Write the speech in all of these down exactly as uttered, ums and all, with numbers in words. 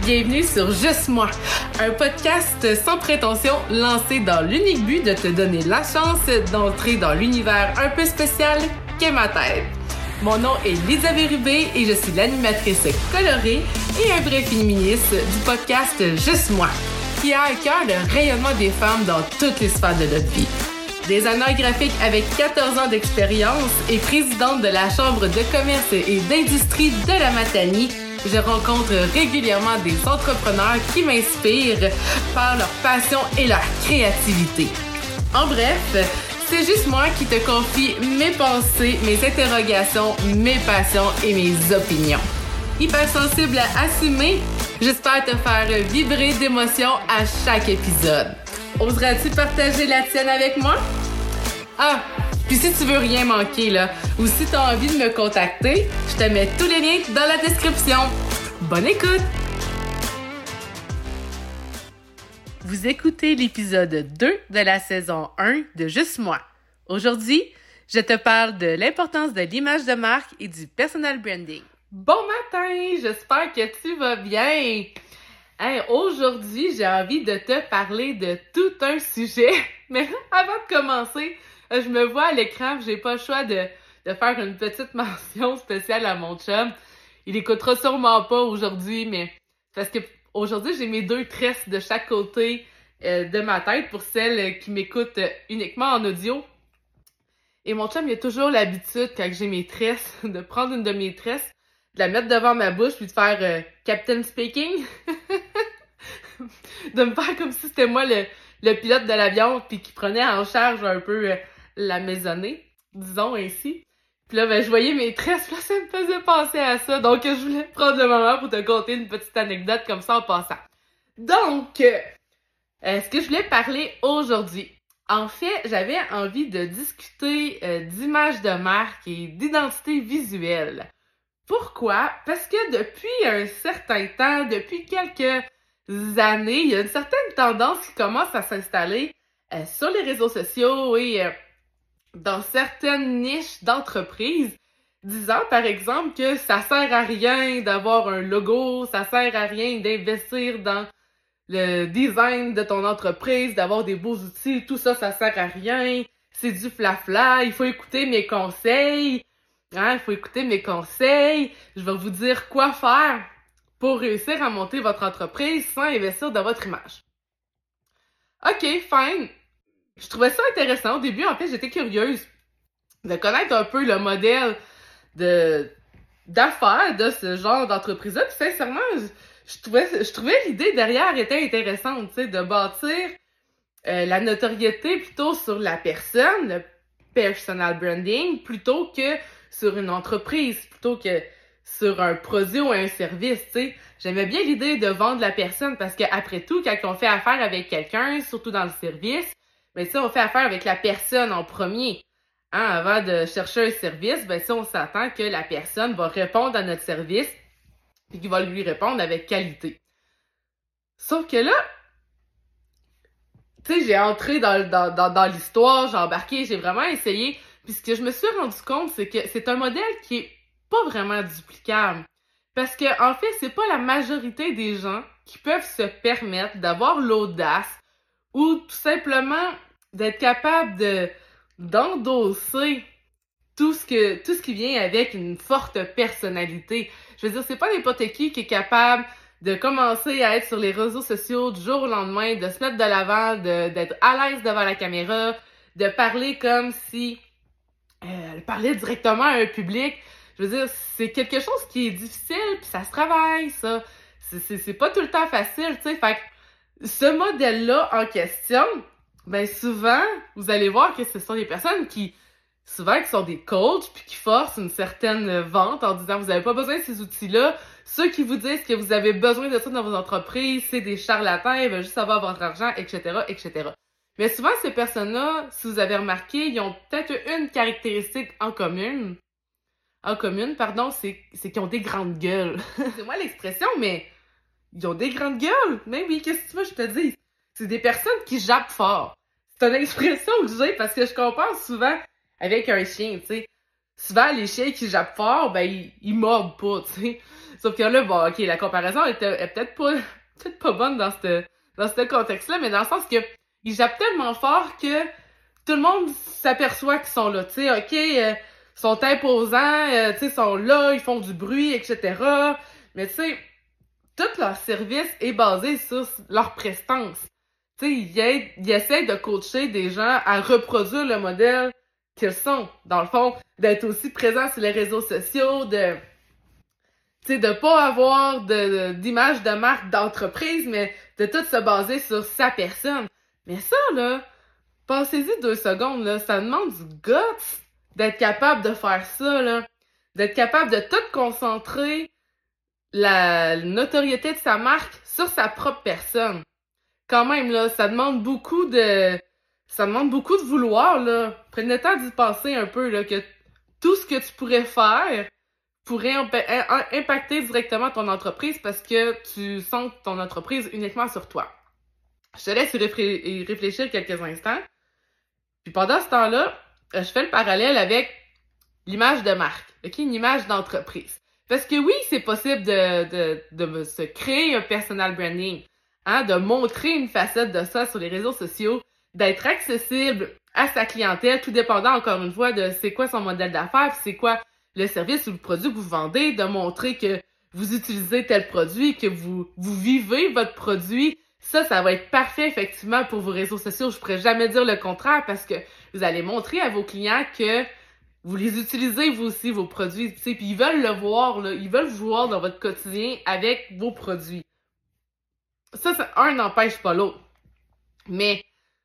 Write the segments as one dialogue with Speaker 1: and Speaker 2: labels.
Speaker 1: Bienvenue sur Juste moi, un podcast sans prétention lancé dans l'unique but de te donner la chance d'entrer dans l'univers un peu spécial qu'est ma tête. Mon nom est Lisa Bérubé et je suis l'animatrice colorée et un vrai féministe du podcast Juste moi, qui a à cœur le rayonnement des femmes dans toutes les sphères de notre vie. Designer graphique avec quatorze ans d'expérience et présidente de la Chambre de commerce et d'industrie de la Matanie, je rencontre régulièrement des entrepreneurs qui m'inspirent par leur passion et leur créativité. En bref, c'est juste moi qui te confie mes pensées, mes interrogations, mes passions et mes opinions. Hypersensible à assumer, j'espère te faire vibrer d'émotions à chaque épisode. Oseras-tu partager la tienne avec moi? Ah, puis si tu veux rien manquer, là, ou si tu as envie de me contacter, je te mets tous les liens dans la description. Bonne écoute! Vous écoutez l'épisode deux de la saison un de Juste moi. Aujourd'hui, je te parle de l'importance de l'image de marque et du personal branding. Bon matin! J'espère que tu vas bien! Hey, aujourd'hui, j'ai envie de te parler de tout un sujet. Mais avant de commencer, je me vois à l'écran, j'ai pas le choix de, de faire une petite mention spéciale à mon chum. Il écoutera sûrement pas aujourd'hui, mais parce que aujourd'hui, j'ai mes deux tresses de chaque côté euh, de ma tête pour celles qui m'écoutent uniquement en audio. Et mon chum, il a toujours l'habitude, quand j'ai mes tresses, de prendre une de mes tresses, de la mettre devant ma bouche puis de faire euh, Captain Speaking. De me faire comme si c'était moi le, le pilote de l'avion puis qui prenait en charge un peu euh, la maisonnée, disons ainsi. Puis là, ben, je voyais mes tresses, là, ça me faisait penser à ça. Donc, je voulais prendre le moment pour te conter une petite anecdote comme ça en passant. Donc, euh, ce que je voulais parler aujourd'hui. En fait, j'avais envie de discuter euh, d'image de marque et d'identité visuelle. Pourquoi? Parce que depuis un certain temps, depuis quelques années, il y a une certaine tendance qui commence à s'installer euh, sur les réseaux sociaux et euh, dans certaines niches d'entreprises, disant par exemple que ça sert à rien d'avoir un logo, ça sert à rien d'investir dans le design de ton entreprise, d'avoir des beaux outils, tout ça, ça sert à rien, c'est du flafla, il faut écouter mes conseils. Hein, il faut écouter mes conseils. Je vais vous dire quoi faire pour réussir à monter votre entreprise sans investir dans votre image. OK, fine. Je trouvais ça intéressant. Au début, en fait, j'étais curieuse de connaître un peu le modèle de d'affaires de ce genre d'entreprise-là. Puis sincèrement, je, je trouvais je trouvais l'idée derrière était intéressante, tu sais, de bâtir euh, la notoriété plutôt sur la personne, le personal branding, plutôt que sur une entreprise, plutôt que sur un produit ou un service, tu sais. J'aimais bien l'idée de vendre la personne parce qu'après tout, quand on fait affaire avec quelqu'un, surtout dans le service, ben ça, on fait affaire avec la personne en premier. Hein, avant de chercher un service, ben ça, on s'attend que la personne va répondre à notre service et qu'il va lui répondre avec qualité. Sauf que là, tu sais, j'ai entré dans, dans, dans, dans l'histoire, j'ai embarqué, j'ai vraiment essayé. Puis ce que je me suis rendu compte, c'est que c'est un modèle qui est pas vraiment duplicable. Parce que, en fait, c'est pas la majorité des gens qui peuvent se permettre d'avoir l'audace ou tout simplement d'être capable de, d'endosser tout ce que, tout ce qui vient avec une forte personnalité. Je veux dire, c'est pas n'importe qui qui est capable de commencer à être sur les réseaux sociaux du jour au lendemain, de se mettre de l'avant, de, d'être à l'aise devant la caméra, de parler comme si Euh, parler directement à un public, je veux dire, c'est quelque chose qui est difficile, puis ça se travaille, ça. C'est, c'est, c'est pas tout le temps facile, tu sais. Fait que ce modèle-là en question, ben souvent, vous allez voir que ce sont des personnes qui, souvent, qui sont des coachs, puis qui forcent une certaine vente en disant, vous avez pas besoin de ces outils-là. Ceux qui vous disent que vous avez besoin de ça dans vos entreprises, c'est des charlatans, ils veulent juste avoir votre argent, et cetera, et cetera. Mais souvent, ces personnes-là, si vous avez remarqué, ils ont peut-être une caractéristique en commune. En commune, pardon, c'est, c'est qu'ils ont des grandes gueules. C'est moi l'expression, mais ils ont des grandes gueules. Mais oui, qu'est-ce que tu veux que je te dise? C'est des personnes qui jappent fort. C'est une expression que j'ai parce que je compare souvent avec un chien, tu sais. Souvent, les chiens qui jappent fort, ben, ils, ils mordent pas, tu sais. Sauf que là, bon, ok, la comparaison était, est peut-être pas, peut-être pas bonne dans ce, dans ce contexte-là, mais dans le sens que ils jappent tellement fort que tout le monde s'aperçoit qu'ils sont là, tu sais, ok, euh, sont imposants, euh, tu sais, sont là, ils font du bruit, et cetera. Mais tu sais, tout leur service est basé sur leur prestance. Tu sais, ils, aident, ils essaient de coacher des gens à reproduire le modèle qu'ils sont. Dans le fond, d'être aussi présents sur les réseaux sociaux, de, tu sais, de pas avoir de, d'image de marque d'entreprise, mais de tout se baser sur sa personne. Mais ça, là, pensez-y deux secondes, là, ça demande du guts d'être capable de faire ça, là. D'être capable de tout concentrer la notoriété de sa marque sur sa propre personne. Quand même, là, ça demande beaucoup de... Ça demande beaucoup de vouloir, là. Prenez le temps d'y penser un peu, là, que tout ce que tu pourrais faire pourrait imp- impacter directement ton entreprise parce que tu sens ton entreprise uniquement sur toi. Je te laisse y, réflé- y réfléchir quelques instants. Puis pendant ce temps-là, je fais le parallèle avec l'image de marque, ok, une image d'entreprise. Parce que oui, c'est possible de, de, de se créer un personal branding, hein, de montrer une facette de ça sur les réseaux sociaux, d'être accessible à sa clientèle, tout dépendant encore une fois de c'est quoi son modèle d'affaires, c'est quoi le service ou le produit que vous vendez, de montrer que vous utilisez tel produit, que vous, vous vivez votre produit. Ça, ça va être parfait effectivement pour vos réseaux sociaux. Je pourrais jamais dire le contraire parce que vous allez montrer à vos clients que vous les utilisez, vous aussi, vos produits, tu sais, puis ils veulent le voir, là, ils veulent vous voir dans votre quotidien avec vos produits. Ça, ça un n'empêche pas l'autre. Mais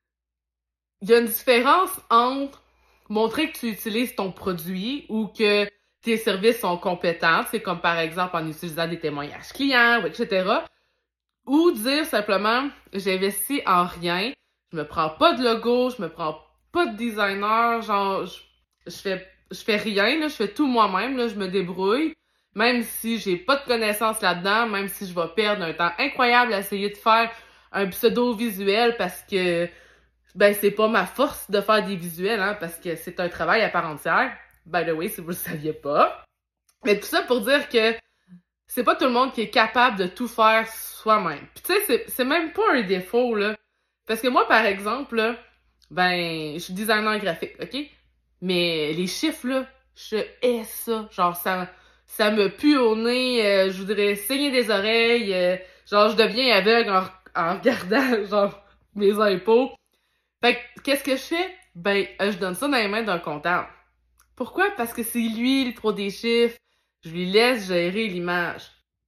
Speaker 1: il y a une différence entre montrer que tu utilises ton produit ou que tes services sont compétents, c'est comme par exemple en utilisant des témoignages clients, et cetera. Ou dire simplement, j'investis en rien, je me prends pas de logo, je me prends pas de designer, genre, je, je fais je fais rien, là, je fais tout moi-même, là, je me débrouille, même si j'ai pas de connaissances là-dedans, même si je vais perdre un temps incroyable à essayer de faire un pseudo-visuel parce que, ben, c'est pas ma force de faire des visuels, hein, parce que c'est un travail à part entière. By the way, si vous le saviez pas. Mais tout ça pour dire que c'est pas tout le monde qui est capable de tout faire soi-même. Puis tu sais, c'est, c'est même pas un défaut, là. Parce que moi, par exemple, là, ben, je suis designer graphique, ok? Mais les chiffres, là, je hais ça. Genre, ça, ça me pue au nez, euh, je voudrais saigner des oreilles, euh, genre, je deviens aveugle en, en regardant, genre, mes impôts. Fait que, qu'est-ce que je fais? Ben, euh, je donne ça dans les mains d'un comptable. Pourquoi? Parce que c'est lui le pro des chiffres. Je lui laisse gérer l'image.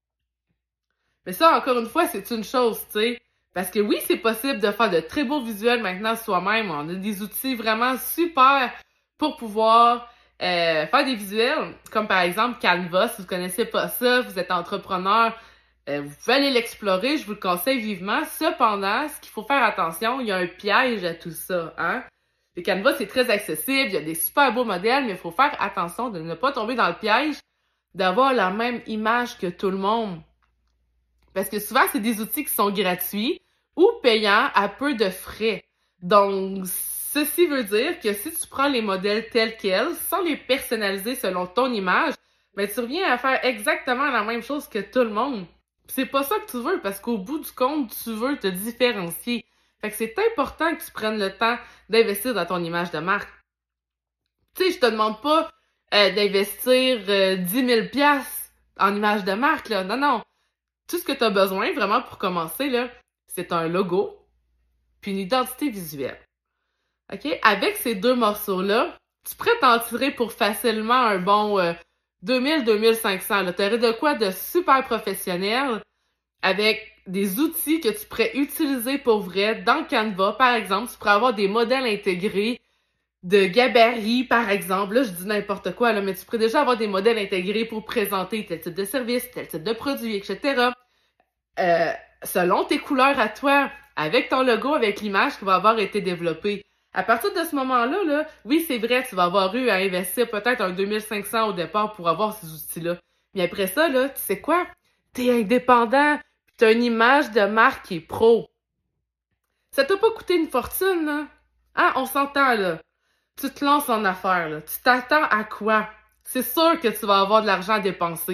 Speaker 1: Mais ça, encore une fois, c'est une chose, tu sais. Parce que oui, c'est possible de faire de très beaux visuels maintenant soi-même. On a des outils vraiment super pour pouvoir euh, faire des visuels. Comme par exemple Canva, si vous connaissez pas ça, vous êtes entrepreneur, euh, vous pouvez aller l'explorer, je vous le conseille vivement. Cependant, ce qu'il faut faire attention, il y a un piège à tout ça, hein. Le Canva, c'est très accessible, il y a des super beaux modèles, mais il faut faire attention de ne pas tomber dans le piège d'avoir la même image que tout le monde. Parce que souvent, c'est des outils qui sont gratuits ou payants à peu de frais. Donc, ceci veut dire que si tu prends les modèles tels quels, sans les personnaliser selon ton image, ben tu reviens à faire exactement la même chose que tout le monde. C'est pas ça que tu veux, parce qu'au bout du compte, tu veux te différencier. Fait que c'est important que tu prennes le temps d'investir dans ton image de marque. Tu sais, je te demande pas euh, d'investir euh, dix mille dollars en image de marque, là. Non, non. Tout ce que tu as besoin, vraiment, pour commencer, là, c'est un logo puis une identité visuelle. OK? Avec ces deux morceaux-là, tu pourrais t'en tirer pour facilement un bon euh, deux mille à deux mille cinq cents. Tu aurais de quoi de super professionnel avec des outils que tu pourrais utiliser pour vrai dans Canva, par exemple. Tu pourrais avoir des modèles intégrés de gabarit, par exemple. Là, je dis n'importe quoi, là, mais tu pourrais déjà avoir des modèles intégrés pour présenter tel type de service, tel type de produit, et cetera. Euh, selon tes couleurs à toi, avec ton logo, avec l'image qui va avoir été développée. À partir de ce moment-là, là, oui, c'est vrai, tu vas avoir eu à investir peut-être un deux mille cinq cents au départ pour avoir ces outils-là. Mais après ça, là, tu sais quoi? T'es indépendant, pis t'as une image de marque qui est pro. Ça t'a pas coûté une fortune, là? Hein, on s'entend, là. Tu te lances en affaires, là. Tu t'attends à quoi? C'est sûr que tu vas avoir de l'argent à dépenser.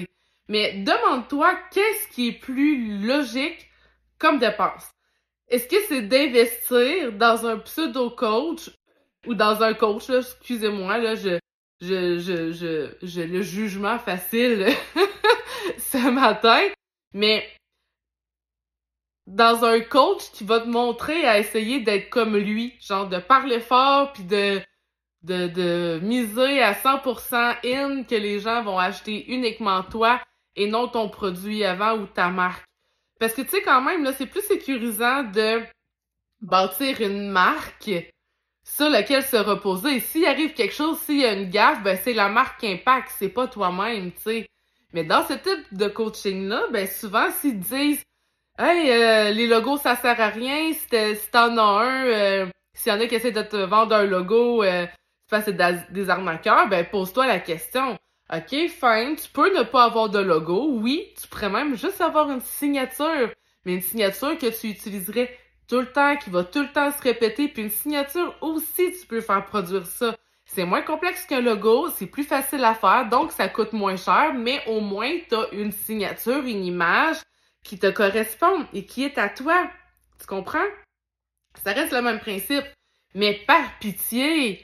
Speaker 1: Mais demande-toi qu'est-ce qui est plus logique comme dépense. Est-ce que c'est d'investir dans un pseudo-coach ou dans un coach, là, excusez-moi, là, je, je, je, je, j'ai le jugement facile ce matin, mais dans un coach qui va te montrer à essayer d'être comme lui, genre de parler fort puis de de de miser à cent pour cent in que les gens vont acheter uniquement toi et non ton produit avant ou ta marque. Parce que tu sais quand même là, c'est plus sécurisant de bâtir une marque sur laquelle se reposer. S'il arrive quelque chose, s'il y a une gaffe, ben c'est la marque qui impacte, c'est pas toi-même, tu sais. Mais dans ce type de coaching-là, ben souvent s'ils disent hey, euh, les logos, ça sert à rien. Si, si t'en as un, euh, s'il y en a qui essaient de te vendre un logo, euh, c'est parce que c'est des arnaqueurs, ben pose-toi la question. OK, fine, tu peux ne pas avoir de logo. Oui, tu pourrais même juste avoir une signature. Mais une signature que tu utiliserais tout le temps, qui va tout le temps se répéter. Puis une signature aussi, tu peux faire produire ça. C'est moins complexe qu'un logo, c'est plus facile à faire, donc ça coûte moins cher, mais au moins t'as une signature, une image qui te correspond et qui est à toi. Tu comprends? Ça reste le même principe. Mais par pitié,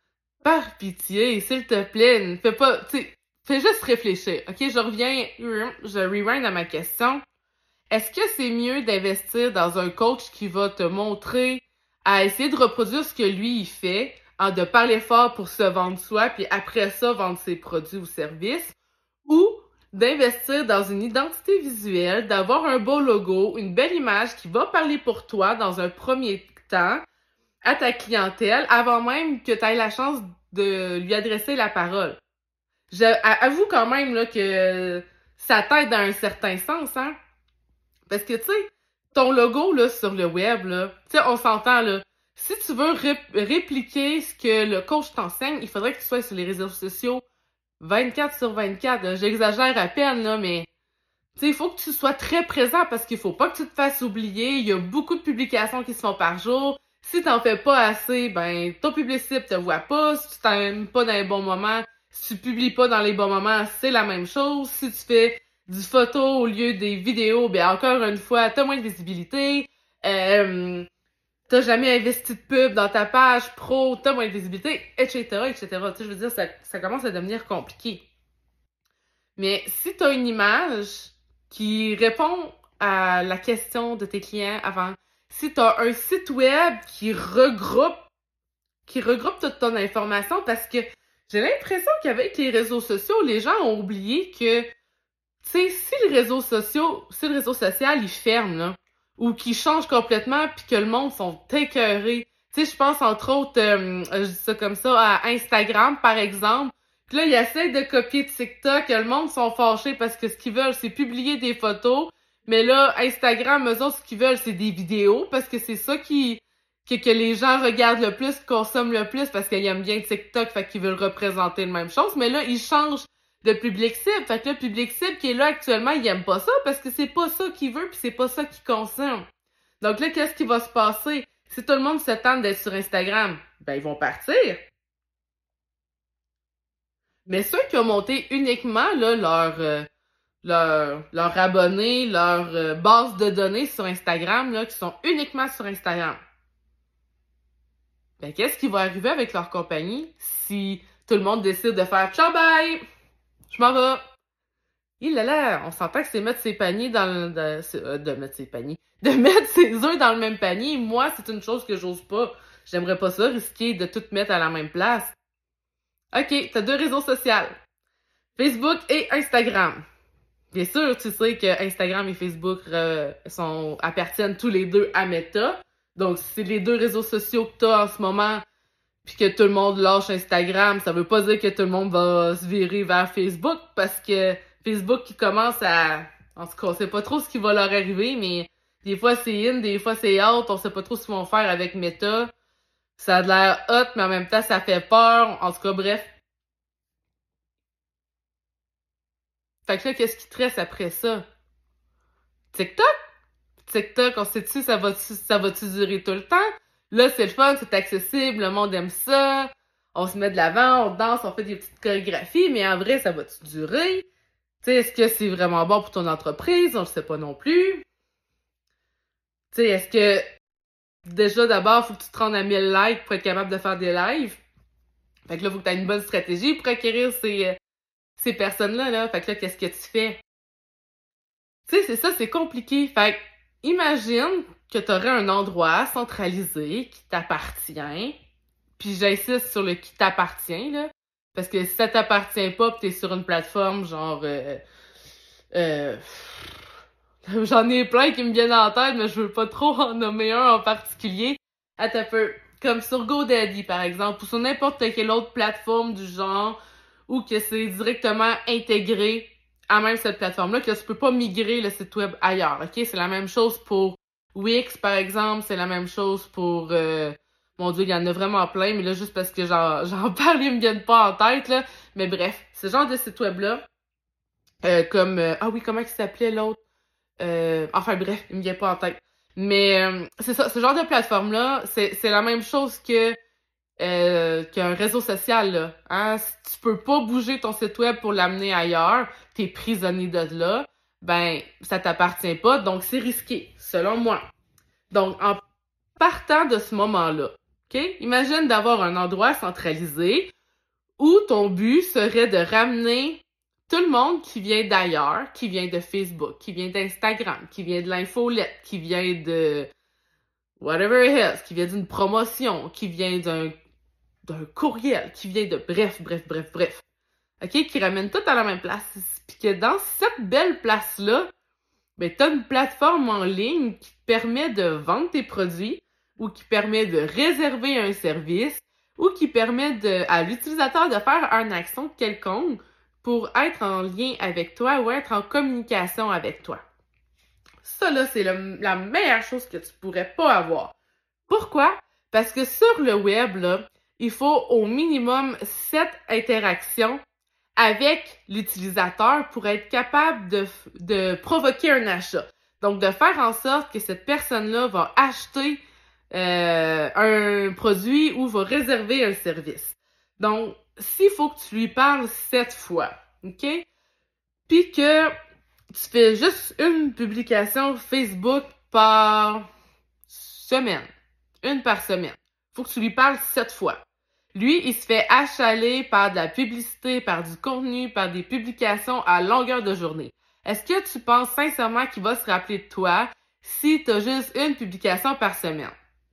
Speaker 1: par pitié, s'il te plaît, ne fais pas, tu sais, fais juste réfléchir. OK, je reviens, je rewind à ma question. Est-ce que c'est mieux d'investir dans un coach qui va te montrer à essayer de reproduire ce que lui, il fait, en de parler fort pour se vendre soi, puis après ça, vendre ses produits ou services, ou d'investir dans une identité visuelle, d'avoir un beau logo, une belle image qui va parler pour toi dans un premier temps à ta clientèle avant même que tu aies la chance de lui adresser la parole. Je, avoue quand même là, que ça t'aide dans un certain sens, hein? Parce que, tu sais, ton logo là, sur le web, là, tu sais, on s'entend, là, si tu veux ré- répliquer ce que le coach t'enseigne, il faudrait que tu sois sur les réseaux sociaux vingt-quatre sur vingt-quatre, là. J'exagère à peine, là, mais tu sais, il faut que tu sois très présent parce qu'il faut pas que tu te fasses oublier. Il y a beaucoup de publications qui se font par jour. Si t'en fais pas assez, ben, ton public cible te voit pas. Si tu t'aimes pas dans les bons moments, si tu publies pas dans les bons moments, c'est la même chose. Si tu fais du photo au lieu des vidéos, ben, encore une fois, t'as moins de visibilité. Euh, T'as jamais investi de pub dans ta page pro, t'as moins de visibilité, et cetera, et cetera. Tu sais, je veux dire, ça, ça commence à devenir compliqué. Mais si t'as une image qui répond à la question de tes clients avant, si t'as un site web qui regroupe, qui regroupe toute ton information, parce que j'ai l'impression qu'avec les réseaux sociaux, les gens ont oublié que, tu sais, si le réseau social, si le réseau social, il ferme, là, ou qui change complètement puis que le monde sont écœurés. Tu sais, je pense entre autres, euh, je dis ça comme ça, à Instagram, par exemple. Puis là, ils essayent de copier TikTok, le monde sont fâchés parce que ce qu'ils veulent, c'est publier des photos. Mais là, Instagram, eux autres, ce qu'ils veulent, c'est des vidéos parce que c'est ça qui que, que les gens regardent le plus, consomment le plus parce qu'ils aiment bien TikTok, fait qu'ils veulent représenter la même chose. Mais là, ils changent de public cible. Fait que le public cible qui est là actuellement, il aime pas ça parce que c'est pas ça qu'il veut puis c'est pas ça qu'il consomme. Donc là, qu'est-ce qui va se passer? Si tout le monde se tente d'être sur Instagram, ben ils vont partir. Mais ceux qui ont monté uniquement là, leur, euh, leur, leur abonnés, leur euh, base de données sur Instagram, là, qui sont uniquement sur Instagram, ben qu'est-ce qui va arriver avec leur compagnie si tout le monde décide de faire « Ciao, bye! Je m'en vais! » Il là là, on s'entend que c'est mettre ses paniers dans le... De, euh, de mettre ses paniers. De mettre ses œufs dans le même panier. Moi, c'est une chose que j'ose pas. J'aimerais pas ça, risquer de tout mettre à la même place. OK, t'as deux réseaux sociaux. Facebook et Instagram. Bien sûr, tu sais que Instagram et Facebook euh, sont appartiennent tous les deux à Meta. Donc, si c'est les deux réseaux sociaux que t'as en ce moment, puis que tout le monde lâche Instagram, ça veut pas dire que tout le monde va se virer vers Facebook, parce que Facebook qui commence à... En tout cas, on sait pas trop ce qui va leur arriver, mais des fois c'est in, des fois c'est out, on sait pas trop ce qu'ils vont faire avec Meta. Ça a l'air hot, mais en même temps, ça fait peur. En tout cas, bref. Fait que là, qu'est-ce qui te reste après ça? TikTok? TikTok, on sait-tu, ça va-tu, ça va-tu durer tout le temps? Là, c'est le fun, c'est accessible, le monde aime ça. On se met de l'avant, on danse, on fait des petites chorégraphies, mais en vrai, ça va-tu durer? Tu sais, est-ce que c'est vraiment bon pour ton entreprise? On le sait pas non plus. Tu sais, est-ce que déjà, d'abord, faut que tu te rendes à mille likes pour être capable de faire des lives? Fait que là, faut que tu aies une bonne stratégie pour acquérir ces, ces personnes-là, là. Fait que là, qu'est-ce que tu fais? Tu sais, c'est ça, c'est compliqué. Fait que, imagine que tu aurais un endroit centralisé qui t'appartient. Puis j'insiste sur le qui t'appartient, là. Parce que si ça t'appartient pas pis t'es sur une plateforme, genre... Euh, euh, j'en ai plein qui me viennent en tête, mais je veux pas trop en nommer un en particulier. Attends un peu. Comme sur GoDaddy, par exemple, ou sur n'importe quelle autre plateforme du genre, ou que c'est directement intégré à même cette plateforme-là, que tu peux pas migrer le site web ailleurs, ok? C'est la même chose pour Wix, par exemple, c'est la même chose pour... Euh, mon Dieu, il y en a vraiment plein, mais là, juste parce que j'en, j'en parle, ils me viennent pas en tête, là. Mais bref, ce genre de site web-là, euh, comme... Euh, ah oui, comment il s'appelait l'autre? Euh, enfin bref, il me vient pas en tête. Mais euh, c'est ça, ce genre de plateforme-là, c'est, c'est la même chose que euh, qu'un réseau social, là. Hein? Si tu peux pas bouger ton site web pour l'amener ailleurs, t'es prisonnier de là, ben ça t'appartient pas, donc c'est risqué, selon moi. Donc, en partant de ce moment-là, ok, imagine d'avoir un endroit centralisé où ton but serait de ramener tout le monde qui vient d'ailleurs, qui vient de Facebook, qui vient d'Instagram, qui vient de l'infolette, qui vient de whatever it is, qui vient d'une promotion, qui vient d'un d'un courriel, qui vient de bref, bref, bref, bref. OK? Qui ramène tout à la même place. Puis que dans cette belle place-là, ben, t'as une plateforme en ligne qui te permet de vendre tes produits ou qui permet de réserver un service ou qui permet de, à l'utilisateur de faire une action quelconque pour être en lien avec toi ou être en communication avec toi. Ça, là, c'est le, la meilleure chose que tu pourrais pas avoir. Pourquoi? Parce que sur le web, là, il faut au minimum sept interactions avec l'utilisateur pour être capable de, de provoquer un achat. Donc, de faire en sorte que cette personne-là va acheter euh, un produit ou va réserver un service. Donc, s'il faut que tu lui parles sept fois, OK? Puis que tu fais juste une publication Facebook par semaine. Une par semaine. Faut que tu lui parles sept fois. Lui, il se fait achaler par de la publicité, par du contenu, par des publications à longueur de journée. Est-ce que tu penses sincèrement qu'il va se rappeler de toi si tu as juste une publication par semaine?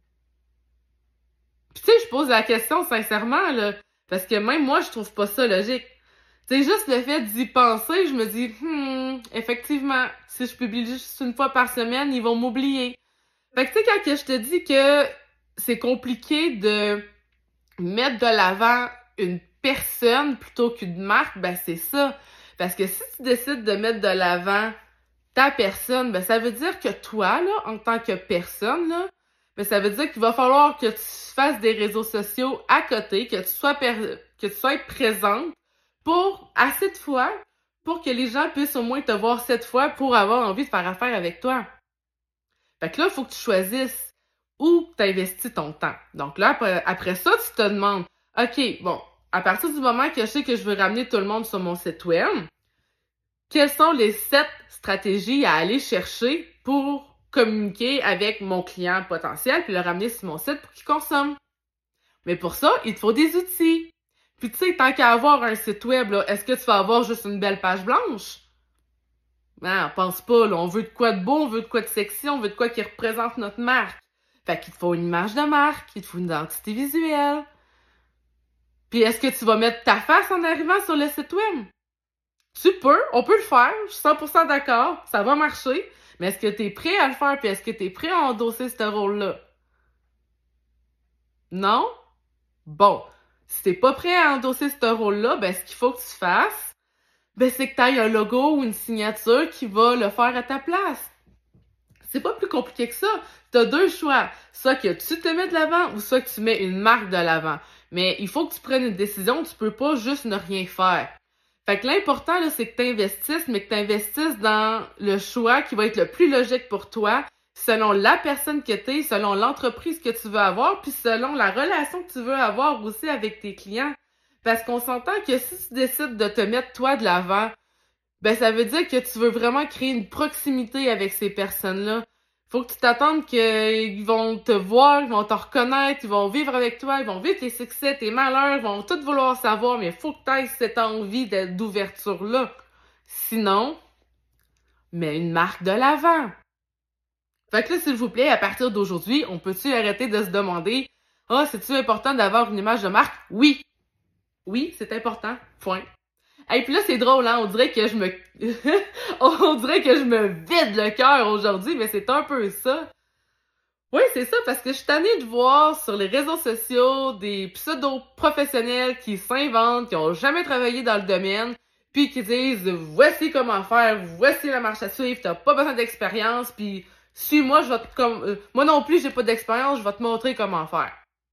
Speaker 1: Puis tu sais, je pose la question sincèrement, là, parce que même moi, je trouve pas ça logique. C'est juste le fait d'y penser, je me dis, hmm, effectivement, si je publie juste une fois par semaine, ils vont m'oublier. Fait que tu sais, quand que je te dis que c'est compliqué de mettre de l'avant une personne plutôt qu'une marque, ben c'est ça. Parce que si tu décides de mettre de l'avant ta personne, ben ça veut dire que toi, là, en tant que personne, là, ben ça veut dire qu'il va falloir que tu fasses des réseaux sociaux à côté, que tu sois per- que tu sois présente pour assez de fois pour que les gens puissent au moins te voir cette fois pour avoir envie de faire affaire avec toi. Fait que là, il faut que tu choisisses où tu investis ton temps. Donc là, après, après ça, tu te demandes, OK, bon, à partir du moment que je sais que je veux ramener tout le monde sur mon site web, quelles sont les sept stratégies à aller chercher pour communiquer avec mon client potentiel puis le ramener sur mon site pour qu'il consomme? Mais pour ça, il te faut des outils. Puis tu sais, tant qu'à avoir un site web, là, est-ce que tu vas avoir juste une belle page blanche? Non, pense pas, là, on veut de quoi de beau, on veut de quoi de sexy, on veut de quoi qui représente notre marque. Fait qu'il te faut une image de marque, il te faut une identité visuelle. Puis est-ce que tu vas mettre ta face en arrivant sur le site web? Tu peux, on peut le faire, je suis cent pour cent d'accord, ça va marcher, mais est-ce que t'es prêt à le faire, puis est-ce que t'es prêt à endosser ce rôle-là? Non? Bon, si t'es pas prêt à endosser ce rôle-là, ben ce qu'il faut que tu fasses, ben c'est que t'ailles un logo ou une signature qui va le faire à ta place. C'est pas plus compliqué que ça. T'as deux choix. Soit que tu te mets de l'avant ou soit que tu mets une marque de l'avant. Mais il faut que tu prennes une décision. Tu peux pas juste ne rien faire. Fait que l'important, là, c'est que tu investisses, mais que tu investisses dans le choix qui va être le plus logique pour toi, selon la personne que tu es, selon l'entreprise que tu veux avoir, puis selon la relation que tu veux avoir aussi avec tes clients. Parce qu'on s'entend que si tu décides de te mettre toi de l'avant, ben ça veut dire que tu veux vraiment créer une proximité avec ces personnes-là. Faut que tu t'attendes qu'ils vont te voir, ils vont te reconnaître, ils vont vivre avec toi, ils vont vivre tes succès, tes malheurs, ils vont tout vouloir savoir, mais faut que tu aies cette envie d'ouverture-là. Sinon, mets une marque de l'avant. Fait que là, s'il vous plaît, à partir d'aujourd'hui, on peut-tu arrêter de se demander « Ah, oh, c'est-tu important d'avoir une image de marque? » Oui. Oui, c'est important. Point. Et puis là, c'est drôle, hein? On dirait que je me... on dirait que je me vide le cœur aujourd'hui, mais c'est un peu ça. Oui, c'est ça, parce que je suis tannée de voir sur les réseaux sociaux des pseudo-professionnels qui s'inventent, qui ont jamais travaillé dans le domaine, puis qui disent « Voici comment faire, voici la marche à suivre, t'as pas besoin d'expérience, puis suis-moi, je vais te... Comme... Euh, moi non plus, j'ai pas d'expérience, je vais te montrer comment faire. »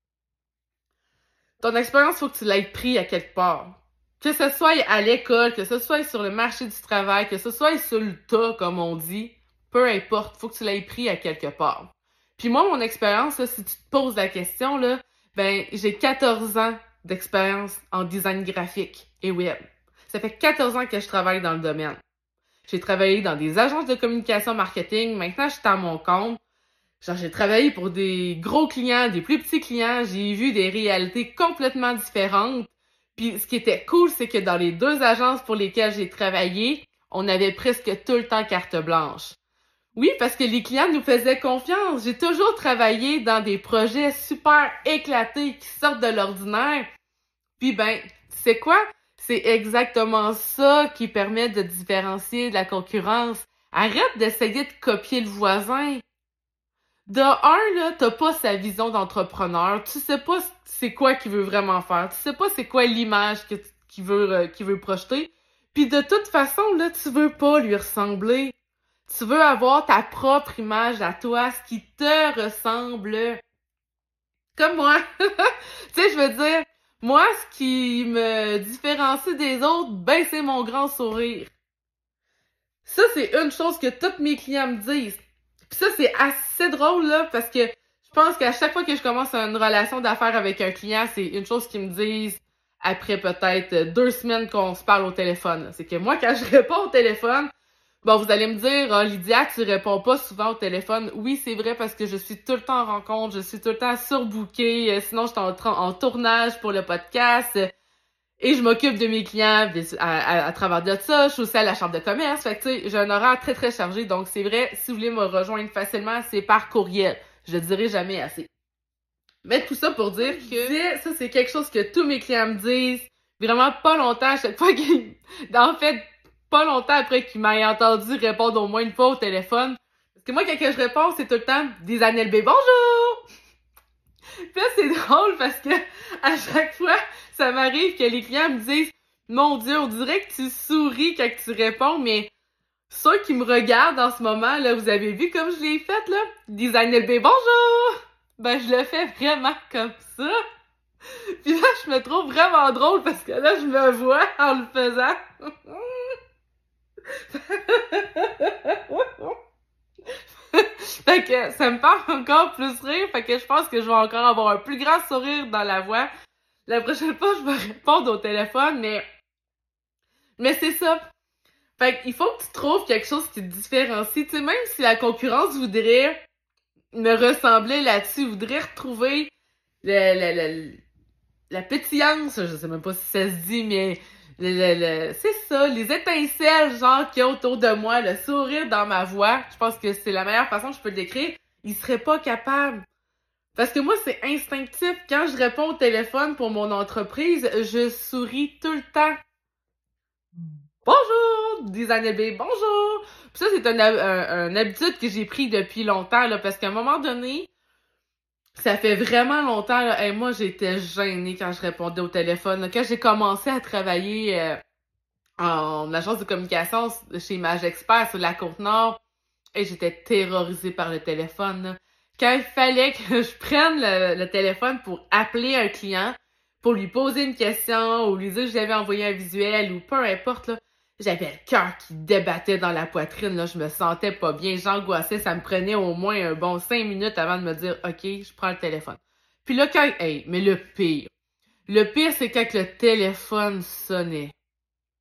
Speaker 1: Ton expérience, faut que tu l'aies pris à quelque part. Que ce soit à l'école, que ce soit sur le marché du travail, que ce soit sur le tas, comme on dit, peu importe, faut que tu l'aies pris à quelque part. Puis moi, mon expérience, là, si tu te poses la question, là, ben, j'ai quatorze ans d'expérience en design graphique et web. Ça fait quatorze ans que je travaille dans le domaine. J'ai travaillé dans des agences de communication marketing. Maintenant, je suis à mon compte. Genre, j'ai travaillé pour des gros clients, des plus petits clients. J'ai vu des réalités complètement différentes. Puis, ce qui était cool, c'est que dans les deux agences pour lesquelles j'ai travaillé, on avait presque tout le temps carte blanche. Oui, parce que les clients nous faisaient confiance. J'ai toujours travaillé dans des projets super éclatés qui sortent de l'ordinaire. Puis, ben, tu sais quoi? C'est exactement ça qui permet de différencier de la concurrence. Arrête d'essayer de copier le voisin. De un, là, t'as pas sa vision d'entrepreneur. Tu sais pas c'est quoi qu'il veut vraiment faire. Tu sais pas c'est quoi l'image que qu'il veut, euh, qu'il veut projeter. Puis de toute façon, là, tu veux pas lui ressembler. Tu veux avoir ta propre image à toi, ce qui te ressemble. Comme moi. Tu sais, je veux dire, moi, ce qui me différencie des autres, ben, c'est mon grand sourire. Ça, c'est une chose que tous mes clients me disent. Puis ça, c'est assez drôle, là, parce que je pense qu'à chaque fois que je commence une relation d'affaires avec un client, c'est une chose qu'ils me disent après peut-être deux semaines qu'on se parle au téléphone. C'est que moi, quand je réponds au téléphone, bon, vous allez me dire, oh, Lydia, tu réponds pas souvent au téléphone. Oui, c'est vrai, parce que je suis tout le temps en rencontre, je suis tout le temps surbookée, sinon je suis en, en tournage pour le podcast. Et je m'occupe de mes clients à, à, à travers de ça. Je suis aussi à la chambre de commerce. Fait que, tu sais, j'ai un horaire très, très chargé. Donc, c'est vrai, si vous voulez me rejoindre facilement, c'est par courriel. Je le dirai jamais assez. Mais tout ça pour dire que ça, c'est quelque chose que tous mes clients me disent. Vraiment pas longtemps, à chaque fois qu'ils... En fait, pas longtemps après qu'ils m'aient entendu répondre au moins une fois au téléphone. Parce que moi, quand je réponds, c'est tout le temps des Annelle B. Bonjour! Puis là, c'est drôle parce que à chaque fois, ça m'arrive que les clients me disent « Mon Dieu, on dirait que tu souris quand tu réponds, mais ceux qui me regardent en ce moment, là, vous avez vu comme je l'ai fait, là? Design L B, bonjour! » Ben, je le fais vraiment comme ça. Puis là, je me trouve vraiment drôle parce que là, je me vois en le faisant. Fait que ça me fait encore plus rire, fait que je pense que je vais encore avoir un plus grand sourire dans la voix. La prochaine fois, je vais répondre au téléphone, mais... Mais c'est ça. Fait qu'il faut que tu trouves quelque chose qui te différencie. Tu sais, même si la concurrence voudrait me ressembler là-dessus, voudrait retrouver le, le, le, la pétillance, je sais même pas si ça se dit, mais le, le, le, c'est ça, les étincelles, genre, qu'il y a autour de moi, le sourire dans ma voix, je pense que c'est la meilleure façon que je peux le décrire, ils seraient pas capables. Parce que moi, c'est instinctif. Quand je réponds au téléphone pour mon entreprise, je souris tout le temps. Bonjour! Design B, bonjour! Puis ça, c'est une, un, une habitude que j'ai pris depuis longtemps, là, parce qu'à un moment donné, ça fait vraiment longtemps, là, et moi, j'étais gênée quand je répondais au téléphone. Là. Quand j'ai commencé à travailler euh, en agence de communication chez Image Expert sur la Côte-Nord, et j'étais terrorisée par le téléphone. Là. Quand il fallait que je prenne le, le téléphone pour appeler un client, pour lui poser une question, ou lui dire que j'avais envoyé un visuel, ou peu importe, là, j'avais le cœur qui débattait dans la poitrine, là, je me sentais pas bien, j'angoissais, ça me prenait au moins un bon cinq minutes avant de me dire « Ok, je prends le téléphone ». Puis là, quand... Hey, mais le pire, le pire, c'est quand le téléphone sonnait.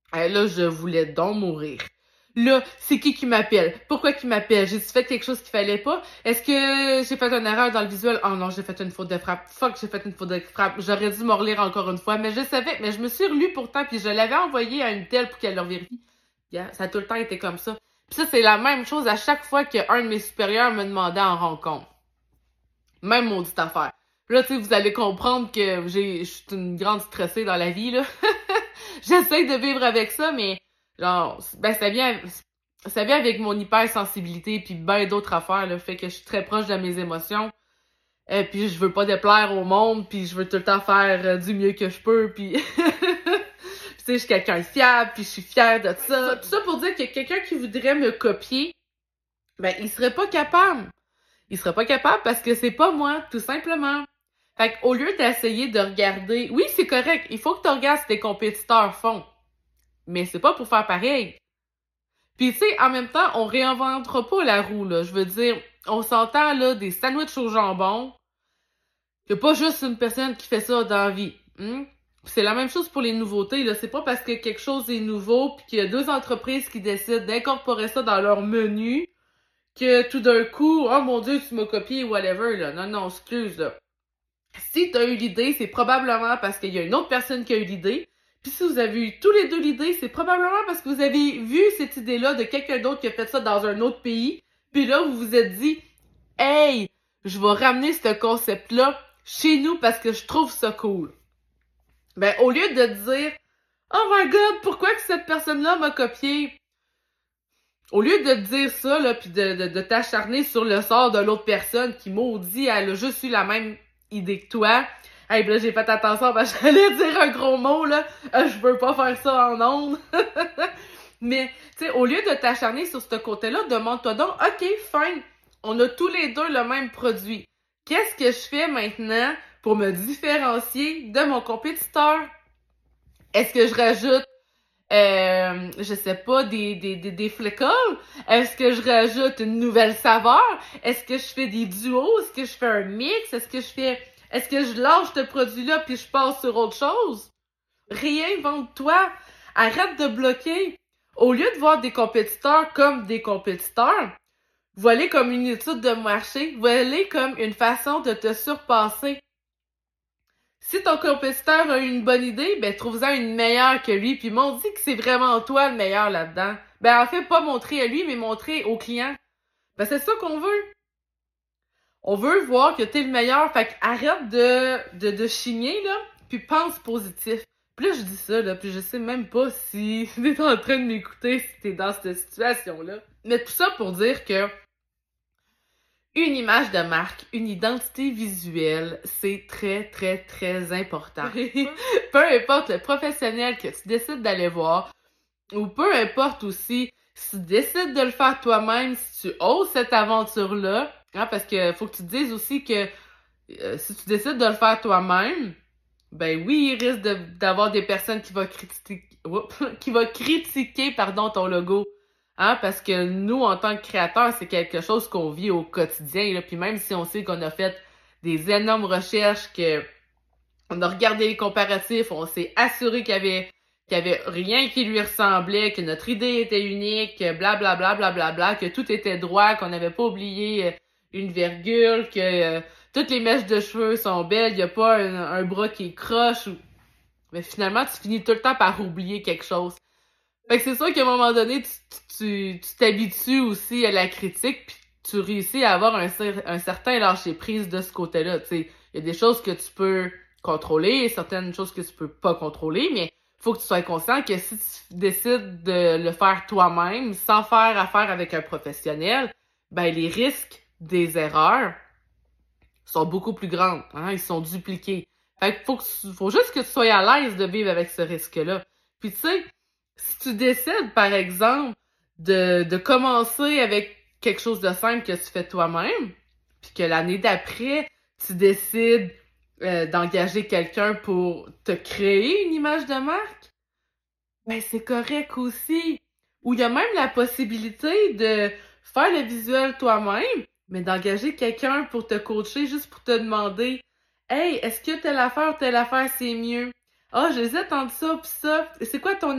Speaker 1: Eh, là, je voulais donc mourir. Là, c'est qui qui m'appelle? Pourquoi qui m'appelle? J'ai fait quelque chose qu'il fallait pas? Est-ce que j'ai fait une erreur dans le visuel? Oh non, j'ai fait une faute de frappe. Fuck, j'ai fait une faute de frappe. J'aurais dû me relire encore une fois, mais je savais, mais je me suis relue pourtant, puis je l'avais envoyé à une telle pour qu'elle le vérifie. Yeah, ça a tout le temps été comme ça. Puis ça, c'est la même chose à chaque fois qu'un de mes supérieurs me demandait en rencontre. Même maudite affaire. Là, tu sais, vous allez comprendre que j'ai, je suis une grande stressée dans la vie, là. J'essaie de vivre avec ça, mais genre, ben ça vient, ça vient avec mon hypersensibilité puis ben d'autres affaires, là, fait que je suis très proche de mes émotions. Et puis je veux pas déplaire au monde, puis je veux tout le temps faire euh, du mieux que je peux, puis tu sais, je suis quelqu'un de fiable, puis je suis fière de ça. Tout ça pour dire que quelqu'un qui voudrait me copier, ben il serait pas capable. Il serait pas capable parce que c'est pas moi, tout simplement. Fait qu'au lieu d'essayer de regarder, oui, c'est correct, il faut que tu regardes ce que tes compétiteurs font. Mais c'est pas pour faire pareil. Puis tu sais, en même temps, on réinventera pas la roue, là. Je veux dire, on s'entend, là, des sandwichs au jambon. Y a pas juste une personne qui fait ça dans la vie. Hein? C'est la même chose pour les nouveautés, là. C'est pas parce que quelque chose est nouveau puis qu'il y a deux entreprises qui décident d'incorporer ça dans leur menu que tout d'un coup, oh mon Dieu, tu m'as copié, whatever, là. Non, non, excuse, là. Si t'as eu l'idée, c'est probablement parce qu'il y a une autre personne qui a eu l'idée. Puis si vous avez eu tous les deux l'idée, c'est probablement parce que vous avez vu cette idée-là de quelqu'un d'autre qui a fait ça dans un autre pays. Puis là, vous vous êtes dit, hey, je vais ramener ce concept-là chez nous parce que je trouve ça cool. Ben, au lieu de dire, oh my god, pourquoi que cette personne-là m'a copié? Au lieu de dire ça, là, puis de, de, de t'acharner sur le sort de l'autre personne qui maudit, elle a juste eu la même idée que toi. Hey, là, j'ai fait attention parce que j'allais dire un gros mot, là. Euh, je veux pas faire ça en ondes. Mais, tu sais, au lieu de t'acharner sur ce côté-là, demande-toi donc, OK, fine, on a tous les deux le même produit. Qu'est-ce que je fais maintenant pour me différencier de mon compétiteur? Est-ce que je rajoute, euh, je sais pas, des, des, des, des flickles? Est-ce que je rajoute une nouvelle saveur? Est-ce que je fais des duos? Est-ce que je fais un mix? Est-ce que je fais... Est-ce que je lâche ce produit-là puis je passe sur autre chose? Réinvente-toi. Arrête de bloquer. Au lieu de voir des compétiteurs comme des compétiteurs, vois-les comme une étude de marché. Vois-les comme une façon de te surpasser. Si ton compétiteur a une bonne idée, ben trouve-en une meilleure que lui. Puis m'on dit que c'est vraiment toi le meilleur là-dedans. Ben en fait, pas montrer à lui, mais montrer au client. Ben c'est ça qu'on veut. On veut voir que t'es le meilleur, fait qu'arrête de, de, de chigner, là, puis pense positif. Puis là, je dis ça, là, puis je sais même pas si t'es en train de m'écouter, si t'es dans cette situation-là. Mais tout ça pour dire que une image de marque, une identité visuelle, c'est très, très, très important. Peu importe le professionnel que tu décides d'aller voir, ou peu importe aussi si tu décides de le faire toi-même, si tu oses cette aventure-là, hein, parce que faut que tu te dises aussi que euh, si tu décides de le faire toi-même, ben oui, il risque de, d'avoir des personnes qui vont critiquer, oups, qui vont critiquer, pardon, ton logo. Hein, parce que nous, en tant que créateurs, c'est quelque chose qu'on vit au quotidien, là. Puis même si on sait qu'on a fait des énormes recherches, que on a regardé les comparatifs, on s'est assuré qu'il y avait qu'il y avait rien qui lui ressemblait, que notre idée était unique, que blablabla, blablabla, bla, bla, que tout était droit, qu'on n'avait pas oublié une virgule, que euh, toutes les mèches de cheveux sont belles, il n'y a pas un, un bras qui est croche. Ou... Mais finalement, tu finis tout le temps par oublier quelque chose. Fait que c'est sûr qu'à un moment donné, tu, tu, tu t'habitues aussi à la critique, puis tu réussis à avoir un, un certain lâcher-prise de ce côté-là. Tu sais, il y a des choses que tu peux contrôler, certaines choses que tu peux pas contrôler, mais faut que tu sois conscient que si tu décides de le faire toi-même, sans faire affaire avec un professionnel, ben les risques des erreurs sont beaucoup plus grands, hein, ils sont dupliqués. Fait que faut, que tu, faut juste que tu sois à l'aise de vivre avec ce risque-là. Puis tu sais, si tu décides, par exemple, de, de commencer avec quelque chose de simple que tu fais toi-même, puis que l'année d'après, tu décides euh, d'engager quelqu'un pour te créer une image de marque, ben c'est correct aussi. Ou il y a même la possibilité de faire le visuel toi-même, mais d'engager quelqu'un pour te coacher, juste pour te demander « Hey, est-ce que telle affaire ou telle affaire, c'est mieux? Ah, j'hésite entre ça pis ça. C'est quoi ton avis? »